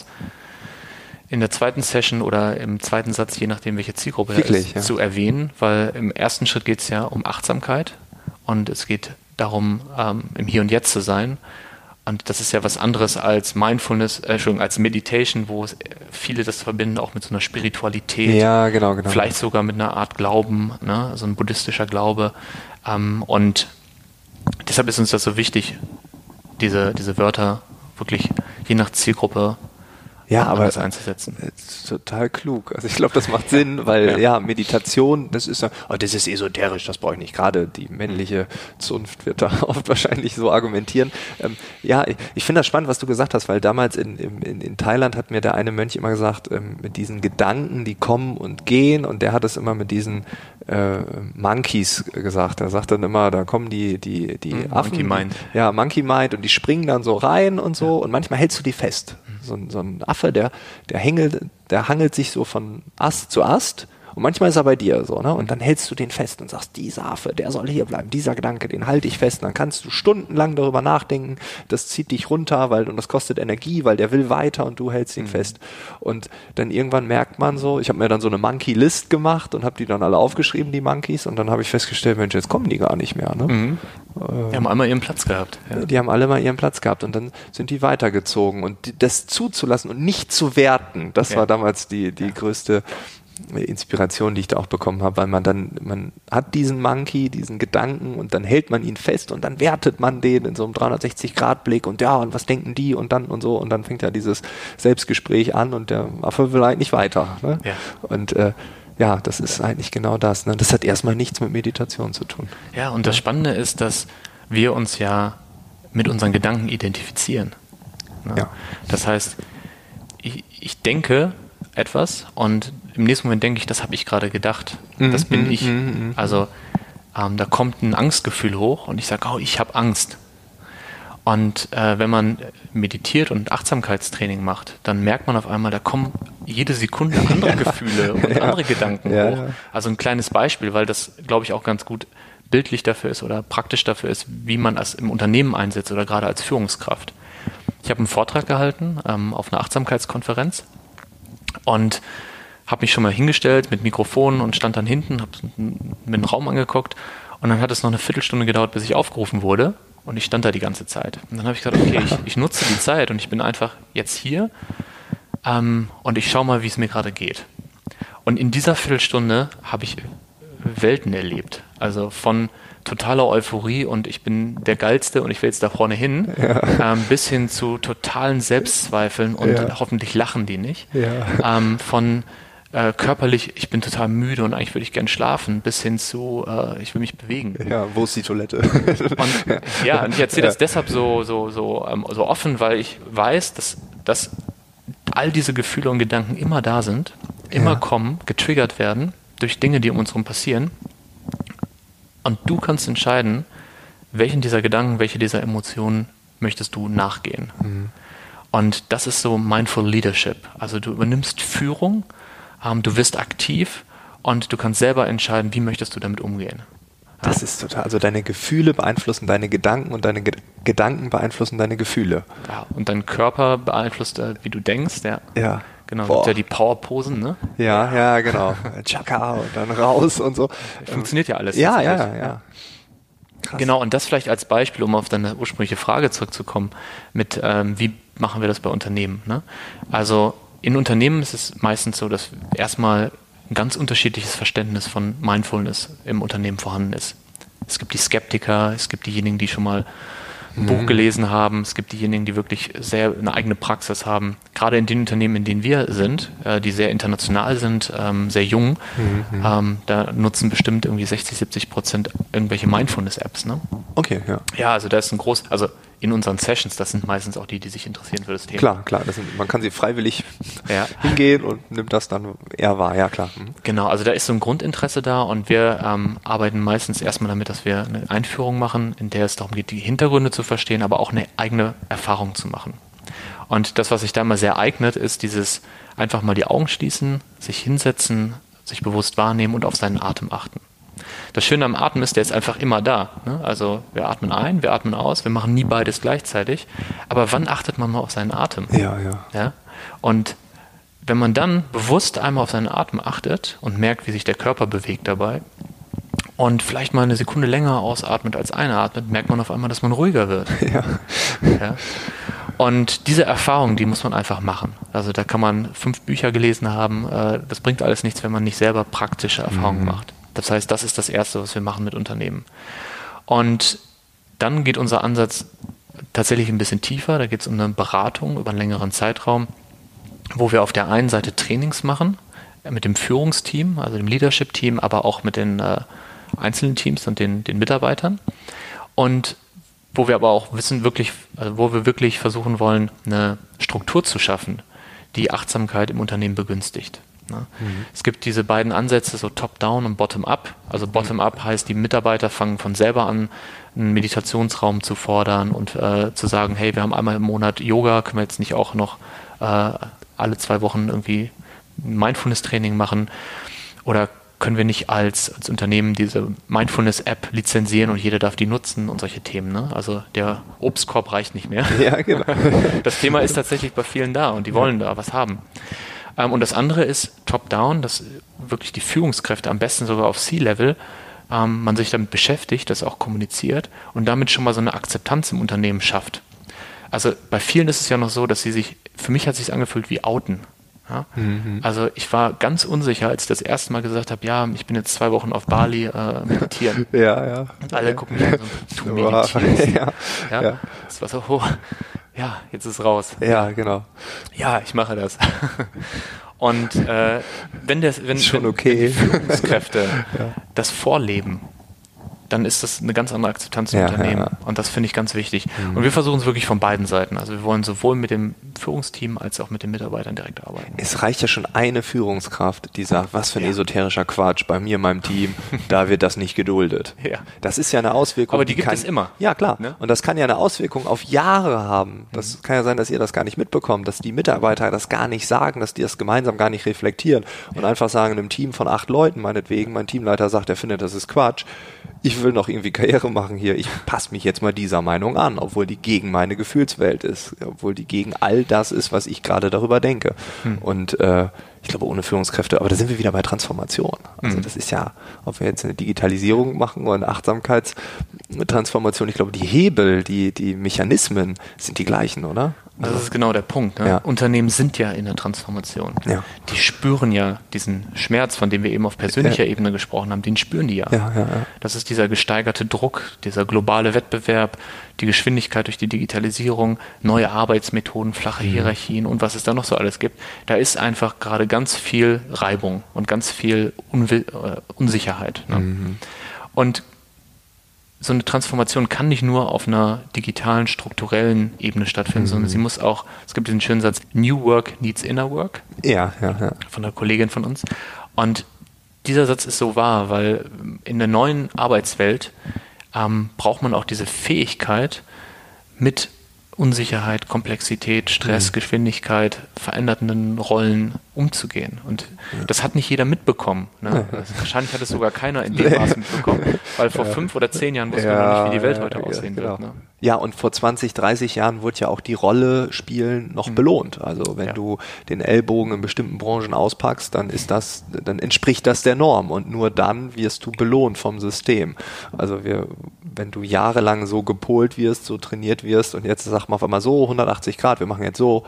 in der 2. Session oder im 2. Satz, je nachdem, welche Zielgruppe da ist, zu erwähnen, weil im ersten Schritt geht es ja um Achtsamkeit und es geht darum, im Hier und Jetzt zu sein. Und das ist ja was anderes als Mindfulness, als Meditation, wo viele das verbinden, auch mit so einer Spiritualität. Ja, genau. Vielleicht sogar mit einer Art Glauben, ne? So ein buddhistischer Glaube. Und deshalb ist uns das so wichtig, diese Wörter wirklich je nach Zielgruppe anders einzusetzen. Total klug. Also ich glaube, das macht Sinn, weil Meditation, das ist esoterisch, das brauche ich nicht. Gerade die männliche Zunft wird da oft wahrscheinlich so argumentieren. Ich finde das spannend, was du gesagt hast, weil damals in Thailand hat mir der eine Mönch immer gesagt, mit diesen Gedanken, die kommen und gehen, und der hat es immer mit diesen Monkeys gesagt. Er sagt dann immer, da kommen die Affen. Monkey Mind. Ja, Monkey Mind, und die springen dann so rein und so, und manchmal hältst du die fest. So ein Affe, der hangelt sich so von Ast zu Ast, Und manchmal ist er bei dir so, ne? Und dann hältst du den fest und sagst, dieser Affe, der soll hier bleiben, dieser Gedanke, den halte ich fest. Und dann kannst du stundenlang darüber nachdenken, das zieht dich runter, und das kostet Energie, weil der will weiter und du hältst ihn fest. Und dann irgendwann merkt man so, ich habe mir dann so eine Monkey-List gemacht und habe die dann alle aufgeschrieben, die Monkeys, und dann habe ich festgestellt, Mensch, jetzt kommen die gar nicht mehr. Ne? Die haben einmal ihren Platz gehabt. Ja. Die haben alle mal ihren Platz gehabt und dann sind die weitergezogen. Und das zuzulassen und nicht zu werten, das war damals die größte Inspiration, die ich da auch bekommen habe, weil man hat diesen Monkey, diesen Gedanken und dann hält man ihn fest und dann wertet man den in so einem 360-Grad-Blick und und was denken die und dann und so und dann fängt ja dieses Selbstgespräch an und der Affe will eigentlich weiter. Ne? Ja. Und das ist eigentlich genau das. Ne? Das hat erstmal nichts mit Meditation zu tun. Ja, und das Spannende ist, dass wir uns ja mit unseren Gedanken identifizieren. Ne? Ja. Das heißt, ich denke etwas und im nächsten Moment denke ich, das habe ich gerade gedacht. Das bin ich. Also da kommt ein Angstgefühl hoch und ich sage, ich habe Angst. Und wenn man meditiert und Achtsamkeitstraining macht, dann merkt man auf einmal, da kommen jede Sekunde andere Gefühle und andere Gedanken hoch. Ja. Also ein kleines Beispiel, weil das, glaube ich, auch ganz gut bildlich dafür ist oder praktisch dafür ist, wie man das im Unternehmen einsetzt oder gerade als Führungskraft. Ich habe einen Vortrag gehalten auf einer Achtsamkeitskonferenz und habe mich schon mal hingestellt mit Mikrofon und stand dann hinten, habe mir den Raum angeguckt und dann hat es noch eine Viertelstunde gedauert, bis ich aufgerufen wurde und ich stand da die ganze Zeit. Und dann habe ich gesagt, okay, ich nutze die Zeit und ich bin einfach jetzt hier und ich schaue mal, wie es mir gerade geht. Und in dieser Viertelstunde habe ich Welten erlebt. Also von totaler Euphorie und ich bin der Geilste und ich will jetzt da vorne hin, bis hin zu totalen Selbstzweifeln und hoffentlich lachen die nicht. Ja. Von körperlich, ich bin total müde und eigentlich würde ich gern schlafen, bis hin zu, ich will mich bewegen. Ja, wo ist die Toilette? Und ich erzähle das deshalb so offen, weil ich weiß, dass all diese Gefühle und Gedanken immer da sind, immer kommen, getriggert werden durch Dinge, die um uns herum passieren. Und du kannst entscheiden, welchen dieser Gedanken, welche dieser Emotionen möchtest du nachgehen. Und das ist so Mindful Leadership. Also du übernimmst Führung, du wirst aktiv und du kannst selber entscheiden, wie möchtest du damit umgehen. Das ist total, also deine Gefühle beeinflussen deine Gedanken und deine Gedanken beeinflussen deine Gefühle. Ja, und dein Körper beeinflusst, wie du denkst. Ja. Genau, es gibt ja die Powerposen, ne? Ja, genau. Chaka und dann raus und so. Funktioniert ja alles. Ja. Krass. Genau, und das vielleicht als Beispiel, um auf deine ursprüngliche Frage zurückzukommen, mit wie machen wir das bei Unternehmen? Ne? Also in Unternehmen ist es meistens so, dass erstmal ein ganz unterschiedliches Verständnis von Mindfulness im Unternehmen vorhanden ist. Es gibt die Skeptiker, es gibt diejenigen, die schon mal ein Buch gelesen haben, es gibt diejenigen, die wirklich sehr eine eigene Praxis haben. Gerade in den Unternehmen, in denen wir sind, die sehr international sind, sehr jung, da nutzen bestimmt irgendwie 60-70% irgendwelche Mindfulness-Apps. Ne? Okay, ja. Ja, also da ist ein groß, also in unseren Sessions, das sind meistens auch die sich interessieren für das Thema. Klar, man kann sie freiwillig hingehen und nimmt das dann eher wahr, ja klar. Genau, also da ist so ein Grundinteresse da und wir arbeiten meistens erstmal damit, dass wir eine Einführung machen, in der es darum geht, die Hintergründe zu verstehen, aber auch eine eigene Erfahrung zu machen. Und das, was sich da immer sehr eignet, ist dieses einfach mal die Augen schließen, sich hinsetzen, sich bewusst wahrnehmen und auf seinen Atem achten. Das Schöne am Atmen ist, der ist einfach immer da. Ne? Also wir atmen ein, wir atmen aus, wir machen nie beides gleichzeitig. Aber wann achtet man mal auf seinen Atem? Ja? Und wenn man dann bewusst einmal auf seinen Atem achtet und merkt, wie sich der Körper bewegt dabei und vielleicht mal eine Sekunde länger ausatmet als einatmet, merkt man auf einmal, dass man ruhiger wird. Ja? Und diese Erfahrung, die muss man einfach machen. Also da kann man 5 Bücher gelesen haben. Das bringt alles nichts, wenn man nicht selber praktische Erfahrungen macht. Das heißt, das ist das Erste, was wir machen mit Unternehmen. Und dann geht unser Ansatz tatsächlich ein bisschen tiefer. Da geht es um eine Beratung über einen längeren Zeitraum, wo wir auf der einen Seite Trainings machen, mit dem Führungsteam, also dem Leadership-Team, aber auch mit den einzelnen Teams und den Mitarbeitern. Und wo wir aber auch wo wir wirklich versuchen wollen, eine Struktur zu schaffen, die Achtsamkeit im Unternehmen begünstigt. Es gibt diese beiden Ansätze, so Top-Down und Bottom-Up. Also Bottom-Up heißt, die Mitarbeiter fangen von selber an, einen Meditationsraum zu fordern und zu sagen, hey, wir haben einmal im Monat Yoga, können wir jetzt nicht auch noch alle 2 Wochen irgendwie ein Mindfulness-Training machen? Oder können wir nicht als Unternehmen diese Mindfulness-App lizenzieren und jeder darf die nutzen und solche Themen. Ne? Also der Obstkorb reicht nicht mehr. Ja, genau. Das Thema ist tatsächlich bei vielen da und die wollen da was haben. Und das andere ist Top-Down, dass wirklich die Führungskräfte am besten sogar auf C-Level man sich damit beschäftigt, das auch kommuniziert und damit schon mal so eine Akzeptanz im Unternehmen schafft. Also bei vielen ist es ja noch so, dass für mich hat es sich angefühlt wie Outen. Ja? Also ich war ganz unsicher, als ich das erste Mal gesagt habe, ja, ich bin jetzt 2 Wochen auf Bali meditieren. Ja. Und alle gucken mich an so, du meditierst. Ja. Das war so, ja, jetzt ist raus. Ja, genau. Ja, ich mache das. Und wenn die Führungskräfte das vorleben, dann ist das eine ganz andere Akzeptanz im Unternehmen. Ja. Und das finde ich ganz wichtig. Und wir versuchen es wirklich von beiden Seiten. Also wir wollen sowohl mit dem Führungsteam als auch mit den Mitarbeitern direkt arbeiten. Es reicht ja schon eine Führungskraft, die sagt, was für ein esoterischer Quatsch, bei mir, meinem Team, da wird das nicht geduldet. Ja. Das ist ja eine Auswirkung. Aber die gibt es immer. Ja, klar. Ne? Und das kann ja eine Auswirkung auf Jahre haben. Das kann ja sein, dass ihr das gar nicht mitbekommt, dass die Mitarbeiter das gar nicht sagen, dass die das gemeinsam gar nicht reflektieren und einfach sagen, in einem Team von 8 Leuten, meinetwegen, mein Teamleiter sagt, er findet, das ist Quatsch. Ich will noch irgendwie Karriere machen hier, ich passe mich jetzt mal dieser Meinung an, obwohl die gegen meine Gefühlswelt ist, obwohl die gegen all das ist, was ich gerade darüber denke. Und ich glaube, ohne Führungskräfte, aber da sind wir wieder bei Transformation. Also das ist ja, ob wir jetzt eine Digitalisierung machen oder eine Achtsamkeitstransformation, ich glaube, die Hebel, die Mechanismen sind die gleichen, oder? Das ist genau der Punkt. Ne? Ja. Unternehmen sind ja in der Transformation. Ja. Die spüren ja diesen Schmerz, von dem wir eben auf persönlicher Ebene gesprochen haben, den spüren die ja. Das ist dieser gesteigerte Druck, dieser globale Wettbewerb, die Geschwindigkeit durch die Digitalisierung, neue Arbeitsmethoden, flache Hierarchien und was es da noch so alles gibt. Da ist einfach gerade ganz viel Reibung und ganz viel Unsicherheit. Ne? Und so eine Transformation kann nicht nur auf einer digitalen, strukturellen Ebene stattfinden, sondern sie muss auch, es gibt diesen schönen Satz, New Work needs Inner Work. Ja. Von einer Kollegin von uns. Und dieser Satz ist so wahr, weil in der neuen Arbeitswelt braucht man auch diese Fähigkeit, mit Unsicherheit, Komplexität, Stress, Geschwindigkeit, verändernden Rollen umzugehen. Und das hat nicht jeder mitbekommen. Ne? Wahrscheinlich hat es sogar keiner in dem Maße mitbekommen, weil vor 5 oder 10 Jahren wussten wir noch nicht, wie die Welt heute aussehen wird. Ne? Ja, und vor 20, 30 Jahren wurde ja auch die Rolle spielen noch belohnt. Also wenn du den Ellbogen in bestimmten Branchen auspackst, dann entspricht das der Norm und nur dann wirst du belohnt vom System. Also wenn du jahrelang so gepolt wirst, so trainiert wirst und jetzt sagt man auf einmal so 180 Grad, wir machen jetzt so,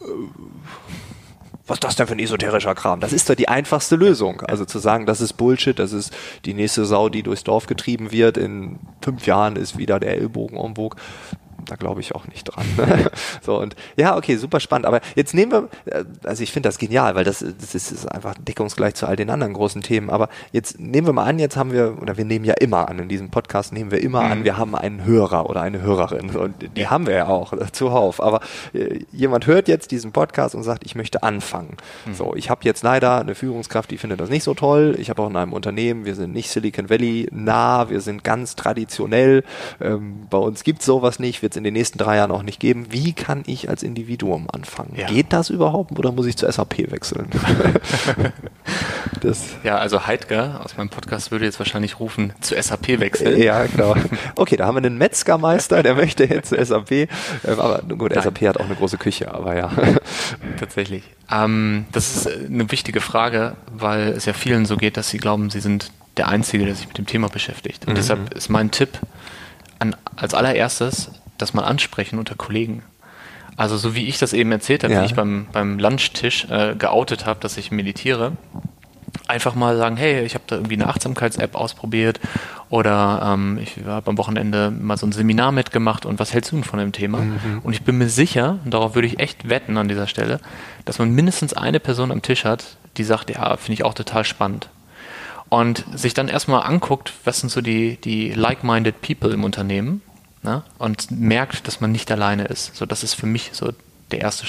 was ist das denn für ein esoterischer Kram? Das ist doch die einfachste Lösung. Also zu sagen, das ist Bullshit, das ist die nächste Sau, die durchs Dorf getrieben wird, in 5 Jahren ist wieder der Ellbogen en vogue. Da glaube ich auch nicht dran. So, und ja, okay, super spannend. Aber jetzt nehmen wir, also ich finde das genial, weil das ist einfach deckungsgleich zu all den anderen großen Themen. Aber jetzt nehmen wir mal an, wir nehmen ja immer an, in diesem Podcast nehmen wir immer an, wir haben einen Hörer oder eine Hörerin. Und die haben wir ja auch zuhauf. Aber jemand hört jetzt diesen Podcast und sagt, ich möchte anfangen. So, ich habe jetzt leider eine Führungskraft, die findet das nicht so toll. Ich habe auch in einem Unternehmen, wir sind nicht Silicon Valley nah, wir sind ganz traditionell. Bei uns gibt es sowas nicht, wird es in den nächsten 3 Jahren auch nicht geben. Wie kann ich als Individuum anfangen? Ja. Geht das überhaupt oder muss ich zur SAP wechseln? Also Heidger aus meinem Podcast würde jetzt wahrscheinlich rufen, zur SAP wechseln. Ja, genau. Okay, da haben wir einen Metzgermeister, der möchte jetzt zur SAP. Aber gut, Nein. SAP hat auch eine große Küche, aber ja. Tatsächlich. Das ist eine wichtige Frage, weil es ja vielen so geht, dass sie glauben, sie sind der Einzige, der sich mit dem Thema beschäftigt. Und deshalb ist mein Tipp als allererstes, das mal ansprechen unter Kollegen. Also so wie ich das eben erzählt habe, wie ich beim Lunchtisch geoutet habe, dass ich meditiere, einfach mal sagen, hey, ich habe da irgendwie eine Achtsamkeits-App ausprobiert oder ich habe am Wochenende mal so ein Seminar mitgemacht und was hältst du denn von dem Thema? Und ich bin mir sicher, und darauf würde ich echt wetten an dieser Stelle, dass man mindestens eine Person am Tisch hat, die sagt, ja, finde ich auch total spannend. Und sich dann erstmal anguckt, was sind so die like-minded people im Unternehmen, ne? Und merkt, dass man nicht alleine ist. So, das ist für mich so der erste Schritt.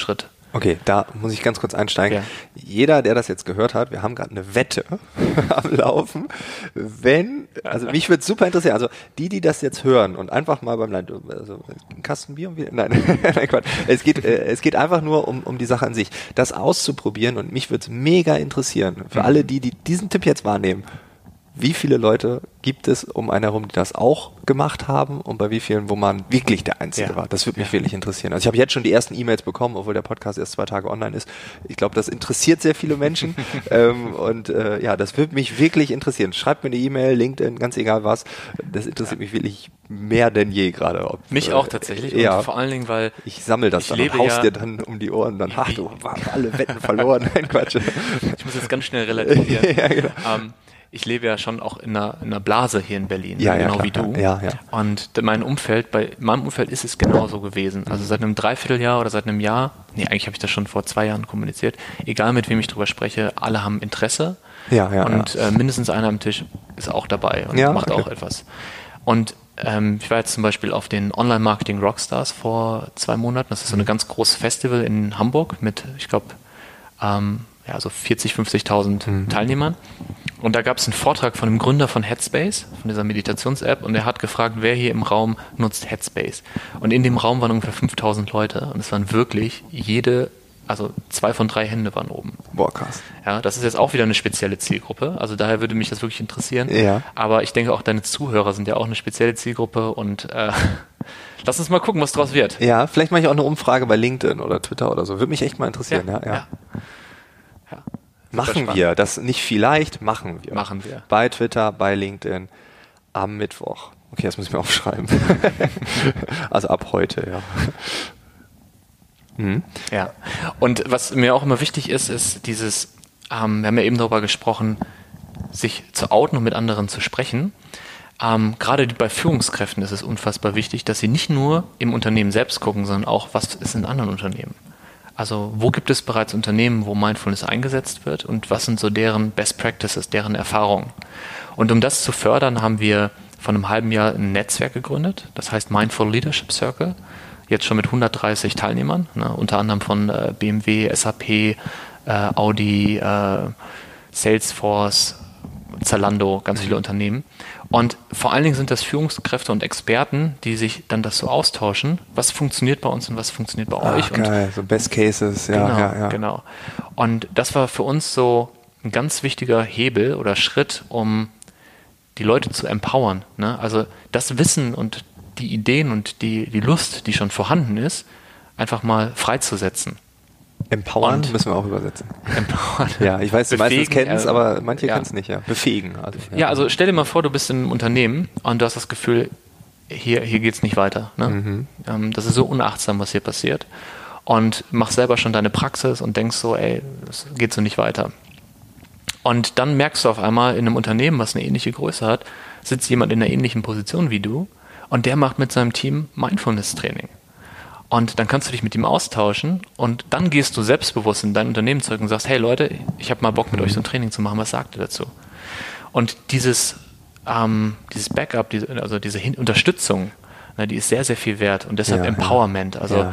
Okay, da muss ich ganz kurz einsteigen. Ja. Jeder, der das jetzt gehört hat, wir haben gerade eine Wette am Laufen. Also mich würde es super interessieren, also die das jetzt hören und einfach mal beim Land, also ein Kasten Bier und wieder, nein, nein, Quatsch. Es geht einfach nur um die Sache an sich, das auszuprobieren, und mich würde es mega interessieren, für alle, die diesen Tipp jetzt wahrnehmen, wie viele Leute gibt es um einen herum, die das auch gemacht haben, und bei wie vielen, wo man wirklich der Einzige war? Das würde mich wirklich interessieren. Also ich habe jetzt schon die ersten E-Mails bekommen, obwohl der Podcast erst 2 Tage online ist. Ich glaube, das interessiert sehr viele Menschen. Das würde mich wirklich interessieren. Schreibt mir eine E-Mail, LinkedIn, ganz egal was. Das interessiert mich wirklich mehr denn je gerade. Mich auch tatsächlich. Ja. Und vor allen Dingen, weil ich sammle das dann und haust dir dann um die Ohren. Dann, du hast alle Wetten verloren. Nein, Quatsch. Ich muss jetzt ganz schnell relativieren. Ja, genau. Ich lebe ja schon auch in einer Blase hier in Berlin, genau klar, wie du. Ja. Und bei meinem Umfeld ist es genauso gewesen. Also seit einem Dreivierteljahr oder seit einem Jahr, eigentlich habe ich das schon vor 2 Jahren kommuniziert, egal mit wem ich drüber spreche, alle haben Interesse. Und mindestens einer am Tisch ist auch dabei und macht auch etwas. Und ich war jetzt zum Beispiel auf den Online-Marketing Rockstars vor 2 Monaten. Das ist so ein ganz großes Festival in Hamburg mit, ich glaube, so 40.000, 50.000 Teilnehmern. Und da gab es einen Vortrag von dem Gründer von Headspace, von dieser Meditations-App, und er hat gefragt, wer hier im Raum nutzt Headspace. Und in dem Raum waren ungefähr 5.000 Leute, und es waren wirklich 2 von 3 Hände waren oben. Boah, krass. Ja, das ist jetzt auch wieder eine spezielle Zielgruppe, also daher würde mich das wirklich interessieren. Ja. Aber ich denke auch, deine Zuhörer sind ja auch eine spezielle Zielgruppe, und lass uns mal gucken, was draus wird. Ja, vielleicht mache ich auch eine Umfrage bei LinkedIn oder Twitter oder so. Würde mich echt mal interessieren. Ja. Machen wir. Das nicht vielleicht, machen wir. Machen wir. Bei Twitter, bei LinkedIn am Mittwoch. Okay, das muss ich mir aufschreiben. Also ab heute, ja. Ja. Und was mir auch immer wichtig ist dieses, wir haben ja eben darüber gesprochen, sich zu outen und mit anderen zu sprechen. Gerade bei Führungskräften ist es unfassbar wichtig, dass sie nicht nur im Unternehmen selbst gucken, sondern auch, was ist in anderen Unternehmen. Also wo gibt es bereits Unternehmen, wo Mindfulness eingesetzt wird, und was sind so deren Best Practices, deren Erfahrungen. Und um das zu fördern, haben wir vor einem halben Jahr ein Netzwerk gegründet, das heißt Mindful Leadership Circle, jetzt schon mit 130 Teilnehmern, unter anderem von BMW, SAP, Audi, Salesforce, Zalando, ganz viele Unternehmen. Und vor allen Dingen sind das Führungskräfte und Experten, die sich dann das so austauschen, was funktioniert bei uns und was funktioniert bei euch. Geil, so Best Cases, Genau. Und das war für uns so ein ganz wichtiger Hebel oder Schritt, um die Leute zu empowern. Ne? Also das Wissen und die Ideen und die Lust, die schon vorhanden ist, einfach mal freizusetzen. Empowern müssen wir auch übersetzen. Empowern. Ja, ich weiß, die meisten kennen es, aber manche kennen es nicht. Ja. Befähigen. Also stell dir mal vor, du bist in einem Unternehmen und du hast das Gefühl, hier geht es nicht weiter. Ne? Das ist so unachtsam, was hier passiert. Und machst selber schon deine Praxis und denkst so, das geht so nicht weiter. Und dann merkst du auf einmal, in einem Unternehmen, was eine ähnliche Größe hat, sitzt jemand in einer ähnlichen Position wie du, und der macht mit seinem Team Mindfulness-Training. Und dann kannst du dich mit ihm austauschen, und dann gehst du selbstbewusst in dein Unternehmen zurück und sagst, hey Leute, ich habe mal Bock, mit euch so ein Training zu machen, was sagt ihr dazu? Und dieses Backup, diese Unterstützung, die ist sehr, sehr viel wert, und deshalb Empowerment,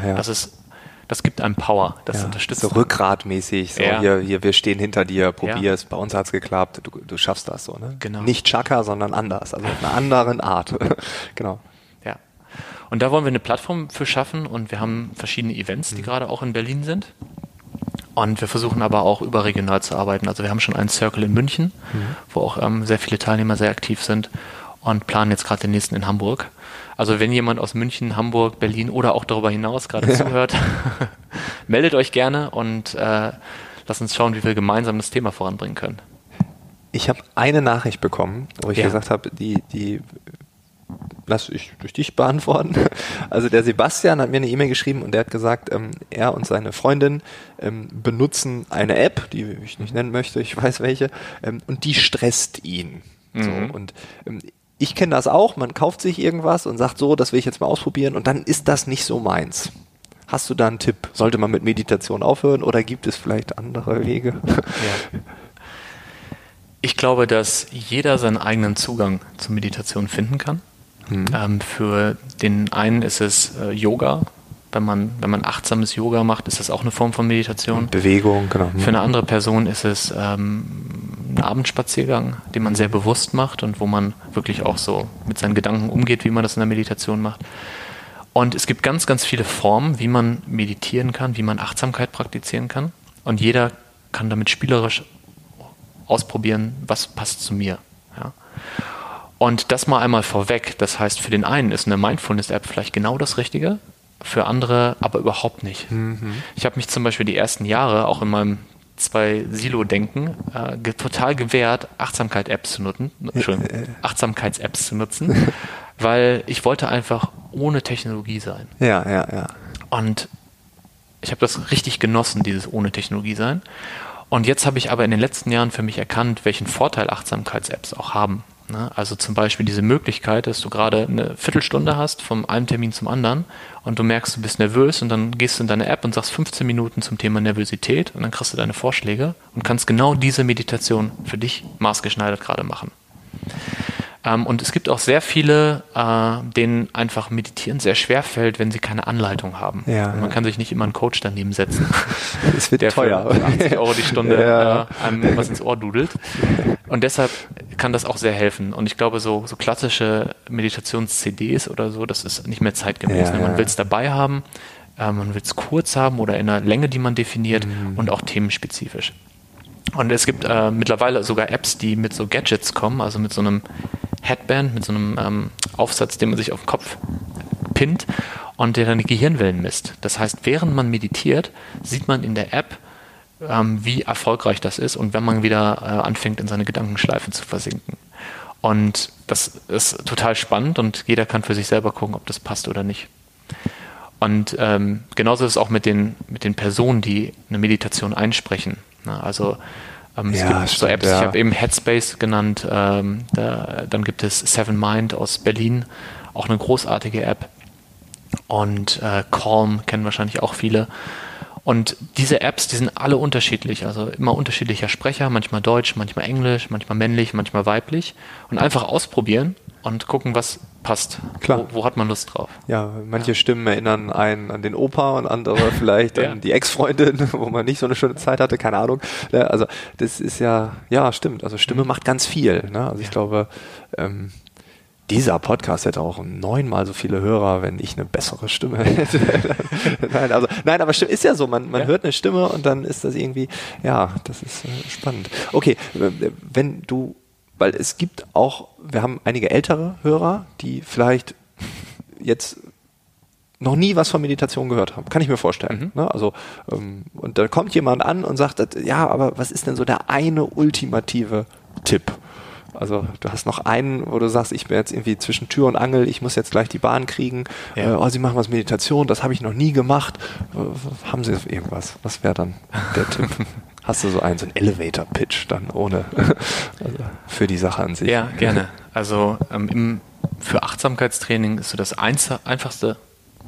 das gibt einem Power, das unterstützt. So rückgratmäßig, wir stehen hinter dir, probier's, bei uns hat's geklappt, du schaffst das so, ne? Genau. Nicht Chaka, sondern anders, also auf einer anderen Art. Genau. Ja. Und da wollen wir eine Plattform für schaffen, und wir haben verschiedene Events, die gerade auch in Berlin sind. Und wir versuchen aber auch überregional zu arbeiten. Also wir haben schon einen Circle in München, wo auch sehr viele Teilnehmer sehr aktiv sind, und planen jetzt gerade den nächsten in Hamburg. Also wenn jemand aus München, Hamburg, Berlin oder auch darüber hinaus gerade zuhört, meldet euch gerne, und lasst uns schauen, wie wir gemeinsam das Thema voranbringen können. Ich habe eine Nachricht bekommen, wo ich gesagt habe, die lass ich durch dich beantworten. Also der Sebastian hat mir eine E-Mail geschrieben, und der hat gesagt, er und seine Freundin benutzen eine App, die ich nicht nennen möchte, ich weiß welche, und die stresst ihn. So, und ich kenne das auch, man kauft sich irgendwas und sagt so, das will ich jetzt mal ausprobieren, und dann ist das nicht so meins. Hast du da einen Tipp? Sollte man mit Meditation aufhören, oder gibt es vielleicht andere Wege? Ja. Ich glaube, dass jeder seinen eigenen Zugang zur Meditation finden kann. Für den einen ist es Yoga, Wenn man achtsames Yoga macht, ist das auch eine Form von Meditation. Bewegung, genau. Für eine andere Person ist es ein Abendspaziergang, den man sehr bewusst macht und wo man wirklich auch so mit seinen Gedanken umgeht, wie man das in der Meditation macht. Und es gibt ganz, ganz viele Formen, wie man meditieren kann, wie man Achtsamkeit praktizieren kann. Und jeder kann damit spielerisch ausprobieren, was passt zu mir. Ja. Und das mal einmal vorweg. Das heißt, für den einen ist eine Mindfulness-App vielleicht genau das Richtige, für andere aber überhaupt nicht. Ich habe mich zum Beispiel die ersten Jahre auch in meinem Zwei-Silo-Denken total gewehrt, Achtsamkeits-Apps zu nutzen, weil ich wollte einfach ohne Technologie sein. Ja. Und ich habe das richtig genossen, dieses ohne Technologie sein. Und jetzt habe ich aber in den letzten Jahren für mich erkannt, welchen Vorteil Achtsamkeits-Apps auch haben. Also zum Beispiel diese Möglichkeit, dass du gerade eine Viertelstunde hast vom einen Termin zum anderen und du merkst, du bist nervös und dann gehst du in deine App und sagst 15 Minuten zum Thema Nervosität und dann kriegst du deine Vorschläge und kannst genau diese Meditation für dich maßgeschneidert gerade machen. Und es gibt auch sehr viele, denen einfach Meditieren sehr schwer fällt, wenn sie keine Anleitung haben. Ja, man kann sich nicht immer einen Coach daneben setzen. Das wird der teuer. Für 80 € die Stunde einem was ins Ohr dudelt. Und deshalb kann das auch sehr helfen. Und ich glaube, so klassische Meditations-CDs oder so, das ist nicht mehr zeitgemäß. Man will es dabei haben, man will es kurz haben oder in einer Länge, die man definiert und auch themenspezifisch. Und es gibt mittlerweile sogar Apps, die mit so Gadgets kommen, also mit so einem Headband, mit so einem Aufsatz, den man sich auf den Kopf pinnt und der dann die Gehirnwellen misst. Das heißt, während man meditiert, sieht man in der App, wie erfolgreich das ist und wenn man wieder anfängt, in seine Gedankenschleifen zu versinken. Und das ist total spannend und jeder kann für sich selber gucken, ob das passt oder nicht. Und genauso ist es auch mit den Personen, die eine Meditation einsprechen. Also es gibt so Apps, ich habe eben Headspace genannt, dann gibt es Seven Mind aus Berlin, auch eine großartige App. Und Calm kennen wahrscheinlich auch viele. Und diese Apps, die sind alle unterschiedlich, also immer unterschiedlicher Sprecher, manchmal Deutsch, manchmal Englisch, manchmal männlich, manchmal weiblich. Und einfach ausprobieren und gucken, was passt. Klar. Wo hat man Lust drauf? Ja, manche Stimmen erinnern einen an den Opa und andere vielleicht an die Ex-Freundin, wo man nicht so eine schöne Zeit hatte, keine Ahnung. Also das ist ja stimmt. Also Stimme macht ganz viel. Ne? Also ich glaube, dieser Podcast hätte auch 9-mal so viele Hörer, wenn ich eine bessere Stimme hätte. Nein, aber ist ja so, man hört eine Stimme und dann ist das irgendwie, das ist spannend. Okay, weil es gibt auch, wir haben einige ältere Hörer, die vielleicht jetzt noch nie was von Meditation gehört haben. Kann ich mir vorstellen. Ne? Also, und da kommt jemand an und sagt, aber was ist denn so der eine ultimative Tipp? Also du hast noch einen, wo du sagst, ich bin jetzt irgendwie zwischen Tür und Angel, ich muss jetzt gleich die Bahn kriegen. Sie machen was Meditation, das habe ich noch nie gemacht. Haben Sie irgendwas? Was wäre dann der Tipp? Hast du so einen Elevator-Pitch dann ohne für die Sache an sich? Ja, gerne. Also für Achtsamkeitstraining ist so das Einfachste,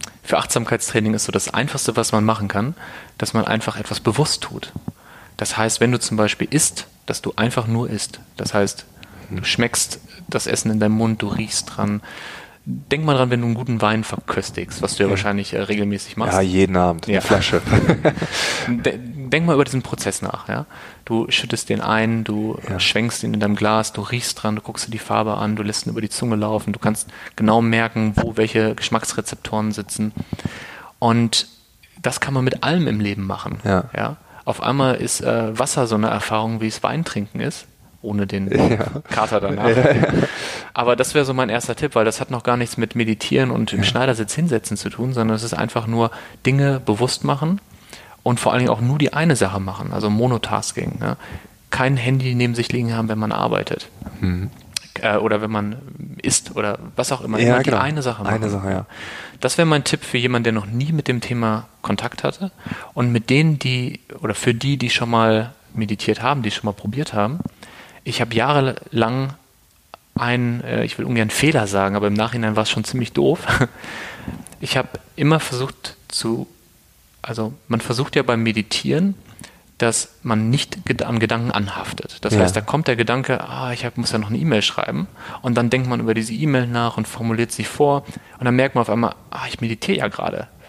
was man machen kann, dass man einfach etwas bewusst tut. Das heißt, wenn du zum Beispiel isst, dass du einfach nur isst. Das heißt, du schmeckst das Essen in deinem Mund, du riechst dran. Denk mal dran, wenn du einen guten Wein verköstigst, was du ja wahrscheinlich regelmäßig machst. Ja, jeden Abend, eine Flasche. Denk mal über diesen Prozess nach. Ja? Du schüttest den ein, du schwenkst ihn in deinem Glas, du riechst dran, du guckst dir die Farbe an, du lässt ihn über die Zunge laufen, du kannst genau merken, wo welche Geschmacksrezeptoren sitzen. Und das kann man mit allem im Leben machen. Ja? Auf einmal ist Wasser so eine Erfahrung, wie es Weintrinken ist. Ohne den Kater danach. Aber das wäre so mein erster Tipp, weil das hat noch gar nichts mit Meditieren und im Schneidersitz hinsetzen zu tun, sondern es ist einfach nur Dinge bewusst machen und vor allen Dingen auch nur die eine Sache machen, also Monotasking. Ne? Kein Handy neben sich liegen haben, wenn man arbeitet. Oder wenn man isst oder was auch immer. Immer die eine Sache machen. Eine Sache, Das wäre mein Tipp für jemanden, der noch nie mit dem Thema Kontakt hatte und mit denen, für die schon mal meditiert haben, die schon mal probiert haben. Ich habe jahrelang ich will ungern Fehler sagen, aber im Nachhinein war es schon ziemlich doof. Ich habe immer versucht man versucht ja beim Meditieren, dass man nicht an Gedanken anhaftet. Das heißt, da kommt der Gedanke, ich muss ja noch eine E-Mail schreiben und dann denkt man über diese E-Mail nach und formuliert sie vor und dann merkt man auf einmal, ich meditiere ja gerade.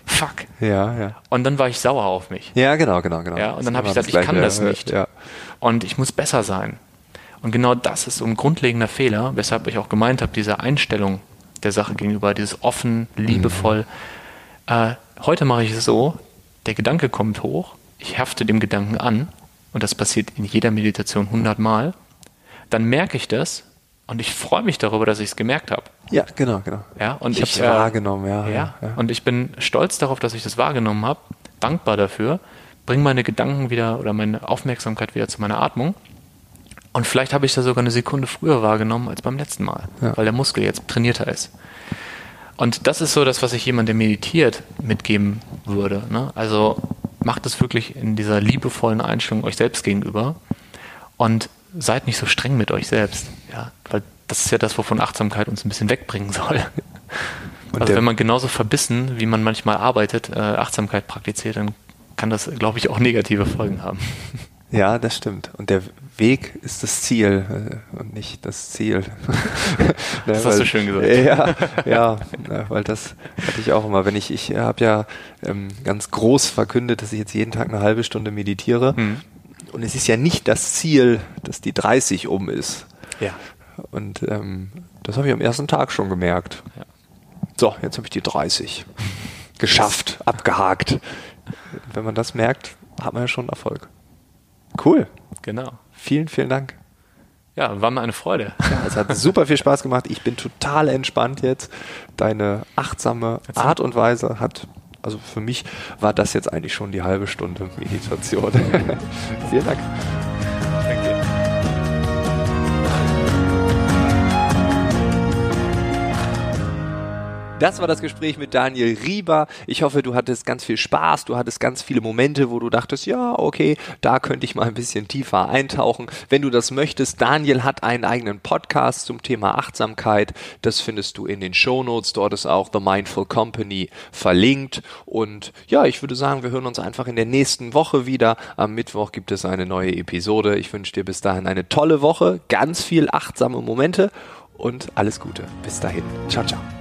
fuck. Ja. Und dann war ich sauer auf mich. Ja, genau. Ja, und dann habe ich gesagt, ich kann das nicht. Ja. Und ich muss besser sein. Und genau das ist so ein grundlegender Fehler, weshalb ich auch gemeint habe, diese Einstellung der Sache gegenüber, dieses offen, liebevoll. Heute mache ich es so, der Gedanke kommt hoch, ich hafte dem Gedanken an und das passiert in jeder Meditation 100 Mal. Dann merke ich das und ich freue mich darüber, dass ich es gemerkt habe. Ja, genau. Ja, und ich habe es wahrgenommen, ja. Und ich bin stolz darauf, dass ich das wahrgenommen habe, dankbar dafür, bringe meine Gedanken wieder oder meine Aufmerksamkeit wieder zu meiner Atmung. Und vielleicht habe ich das sogar eine Sekunde früher wahrgenommen als beim letzten Mal, weil der Muskel jetzt trainierter ist. Und das ist so das, was ich jemandem, der meditiert, mitgeben würde. Ne? Also macht es wirklich in dieser liebevollen Einstellung euch selbst gegenüber und seid nicht so streng mit euch selbst. Ja? Weil das ist ja das, wovon Achtsamkeit uns ein bisschen wegbringen soll. Und also wenn man genauso verbissen, wie man manchmal arbeitet, Achtsamkeit praktiziert, dann kann das, glaube ich, auch negative Folgen haben. Ja, das stimmt. Und der Weg ist das Ziel und nicht das Ziel. Das hast du schön gesagt. Ja, weil das hatte ich auch immer. Ich habe ja ganz groß verkündet, dass ich jetzt jeden Tag eine halbe Stunde meditiere. Und es ist ja nicht das Ziel, dass die 30 ist. Ja. Und das habe ich am ersten Tag schon gemerkt. Ja. So, jetzt habe ich die 30 geschafft, abgehakt. Wenn man das merkt, hat man ja schon Erfolg. Cool. Genau. Vielen Dank. Ja, war mir eine Freude. Ja, es hat super viel Spaß gemacht. Ich bin total entspannt jetzt. Deine achtsame Art und Weise also für mich war das jetzt eigentlich schon die halbe Stunde Meditation. Vielen Dank. Danke. Das war das Gespräch mit Daniel Rieber. Ich hoffe, du hattest ganz viel Spaß, du hattest ganz viele Momente, wo du dachtest, ja, okay, da könnte ich mal ein bisschen tiefer eintauchen. Wenn du das möchtest, Daniel hat einen eigenen Podcast zum Thema Achtsamkeit. Das findest du in den Shownotes. Dort ist auch The Mindful Company verlinkt. Und ja, ich würde sagen, wir hören uns einfach in der nächsten Woche wieder. Am Mittwoch gibt es eine neue Episode. Ich wünsche dir bis dahin eine tolle Woche, ganz viel achtsame Momente und alles Gute. Bis dahin. Ciao, ciao.